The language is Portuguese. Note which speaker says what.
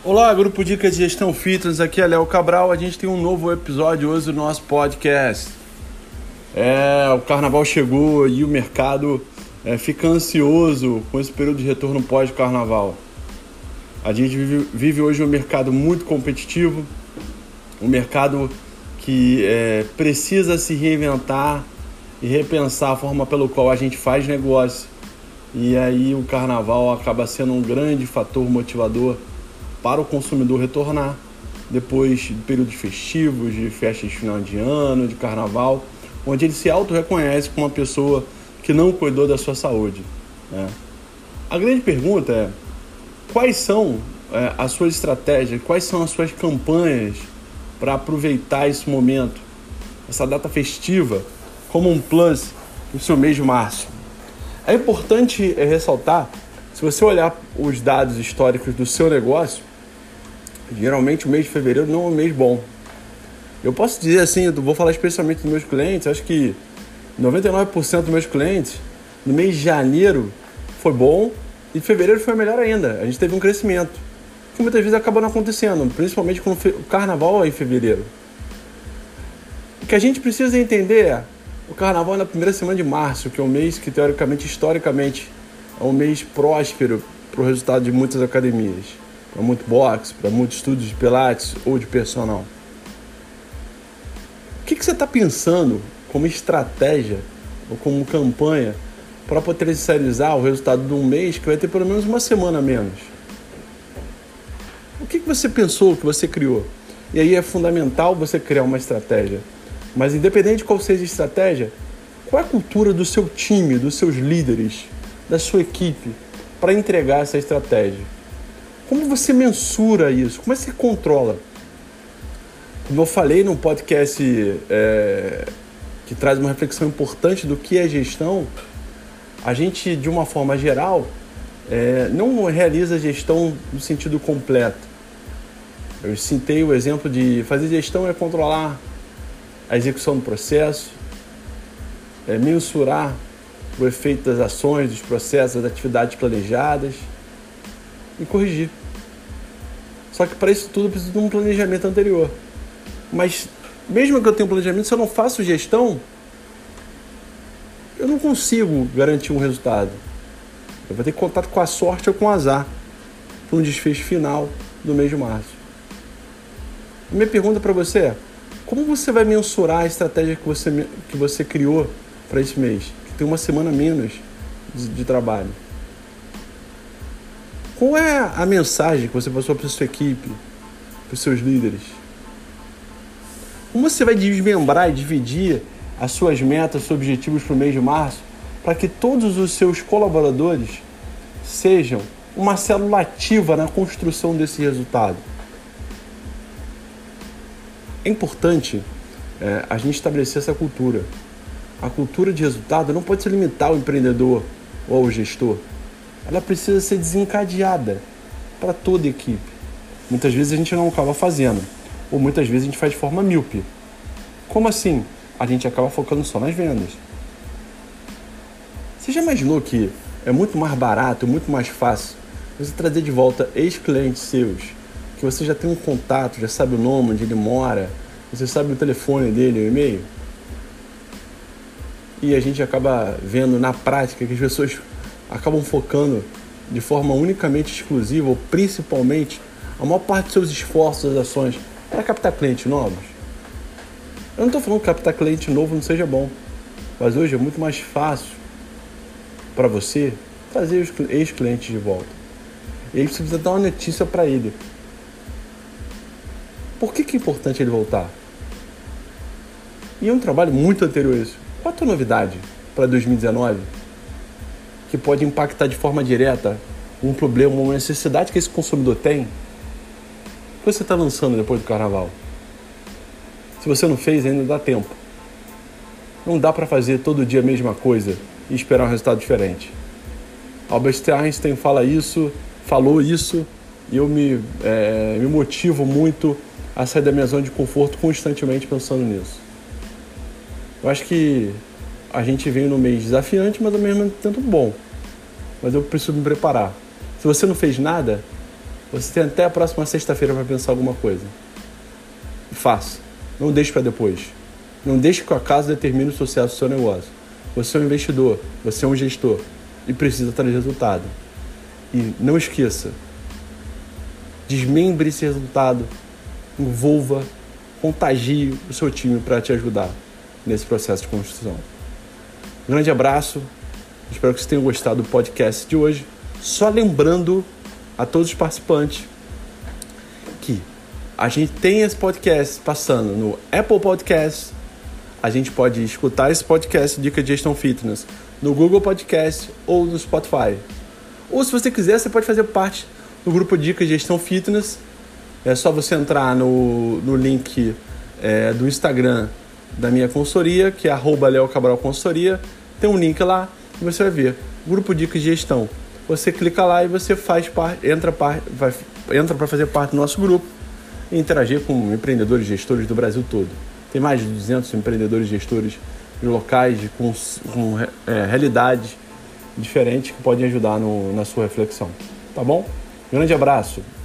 Speaker 1: Olá, grupo Dicas de Gestão Fitness, aqui é Léo Cabral. A gente tem um novo episódio hoje do nosso podcast. O carnaval chegou e o mercado fica ansioso com esse período de retorno pós-carnaval. A gente vive hoje um mercado muito competitivo, um mercado que precisa se reinventar e repensar a forma pelo qual a gente faz negócio. E aí o carnaval acaba sendo um grande fator motivador para o consumidor retornar depois de períodos festivos, de festas de final de ano, de carnaval, onde ele se auto-reconhece como uma pessoa que não cuidou da sua saúde, né? A grande pergunta é: quais são as suas estratégias, quais são as suas campanhas para aproveitar esse momento, essa data festiva, como um plus no seu mês de março? É importante ressaltar, se você olhar os dados históricos do seu negócio, geralmente o mês de fevereiro não é um mês bom. Eu posso dizer assim, eu vou falar especialmente dos meus clientes, acho que 99% dos meus clientes, no mês de janeiro foi bom e fevereiro foi melhor ainda. A gente teve um crescimento, que muitas vezes acaba não acontecendo, principalmente quando o carnaval é em fevereiro. O que a gente precisa entender é: o carnaval é na primeira semana de março, que é um mês que teoricamente, historicamente, é um mês próspero para o resultado de muitas academias, para muito boxe, para muitos estudos de pilates ou de personal. O que você está pensando como estratégia ou como campanha para potencializar o resultado de um mês que vai ter pelo menos uma semana a menos? O que você pensou, que você criou? E aí é fundamental você criar uma estratégia. Mas independente de qual seja a estratégia, qual é a cultura do seu time, dos seus líderes, da sua equipe para entregar essa estratégia? Como você mensura isso? Como você controla? Como eu falei no podcast que traz uma reflexão importante do que é gestão, a gente, de uma forma geral, não realiza gestão no sentido completo. Eu citei o exemplo de fazer gestão é controlar a execução do processo, mensurar o efeito das ações, dos processos, das atividades planejadas e corrigir. Só que para isso tudo eu preciso de um planejamento anterior. Mas mesmo que eu tenha um planejamento, se eu não faço gestão, eu não consigo garantir um resultado. Eu vou ter contato com a sorte ou com o azar para um desfecho final do mês de março. A minha pergunta para você é: como você vai mensurar a estratégia que você criou para esse mês, que tem uma semana a menos de trabalho? Qual é a mensagem que você passou para a sua equipe, para os seus líderes? Como você vai desmembrar e dividir as suas metas, seus objetivos para o mês de março, para que todos os seus colaboradores sejam uma célula ativa na construção desse resultado? É importante a gente estabelecer essa cultura. A cultura de resultado não pode se limitar ao empreendedor ou ao gestor. Ela precisa ser desencadeada para toda a equipe. Muitas vezes a gente não acaba fazendo, ou muitas vezes a gente faz de forma míope. Como assim? A gente acaba focando só nas vendas. Você já imaginou que é muito mais barato, muito mais fácil você trazer de volta ex-clientes seus, que você já tem um contato, já sabe o nome, onde ele mora, você sabe o telefone dele, o e-mail? E a gente acaba vendo na prática que as pessoas acabam focando de forma unicamente exclusiva, ou principalmente, a maior parte dos seus esforços, das ações, para captar clientes novos. Eu não estou falando que captar cliente novo não seja bom, mas hoje é muito mais fácil para você trazer os ex-clientes de volta. E aí você precisa dar uma notícia para ele. Por que é importante ele voltar? E é um trabalho muito anterior a isso. Qual a tua novidade para 2019? Que pode impactar de forma direta um problema, uma necessidade que esse consumidor tem? O que você está lançando depois do carnaval? Se você não fez, ainda dá tempo. Não dá para fazer todo dia a mesma coisa e esperar um resultado diferente. Albert Einstein falou isso, e eu me motivo muito a sair da minha zona de conforto constantemente pensando nisso. Eu acho que a gente veio num mês desafiante, mas ao mesmo tempo bom. Mas eu preciso me preparar. Se você não fez nada, Você tem até a próxima sexta-feira para pensar alguma coisa. Faça. Não deixe para depois. Não deixe que o acaso determine o sucesso do seu negócio. Você é um investidor, você é um gestor e precisa trazer resultado. E não esqueça, desmembre esse resultado, envolva, contagie o seu time para te ajudar nesse processo de construção. Um grande abraço, espero que vocês tenham gostado do podcast de hoje. Só lembrando a todos os participantes que a gente tem esse podcast passando no Apple Podcasts, a gente pode escutar esse podcast Dica de Gestão Fitness no Google Podcast ou no Spotify. Ou se você quiser, você pode fazer parte do grupo Dica de Gestão Fitness. É só você entrar no link do Instagram da minha consultoria, que é @leocabral_consultoria. Tem um link lá e você vai ver Grupo Dicas de Gestão. Você clica lá e você entra para fazer parte do nosso grupo e interagir com empreendedores e gestores do Brasil todo. Tem mais de 200 empreendedores e gestores locais com realidades diferentes que podem ajudar na sua reflexão. Tá bom? Grande abraço!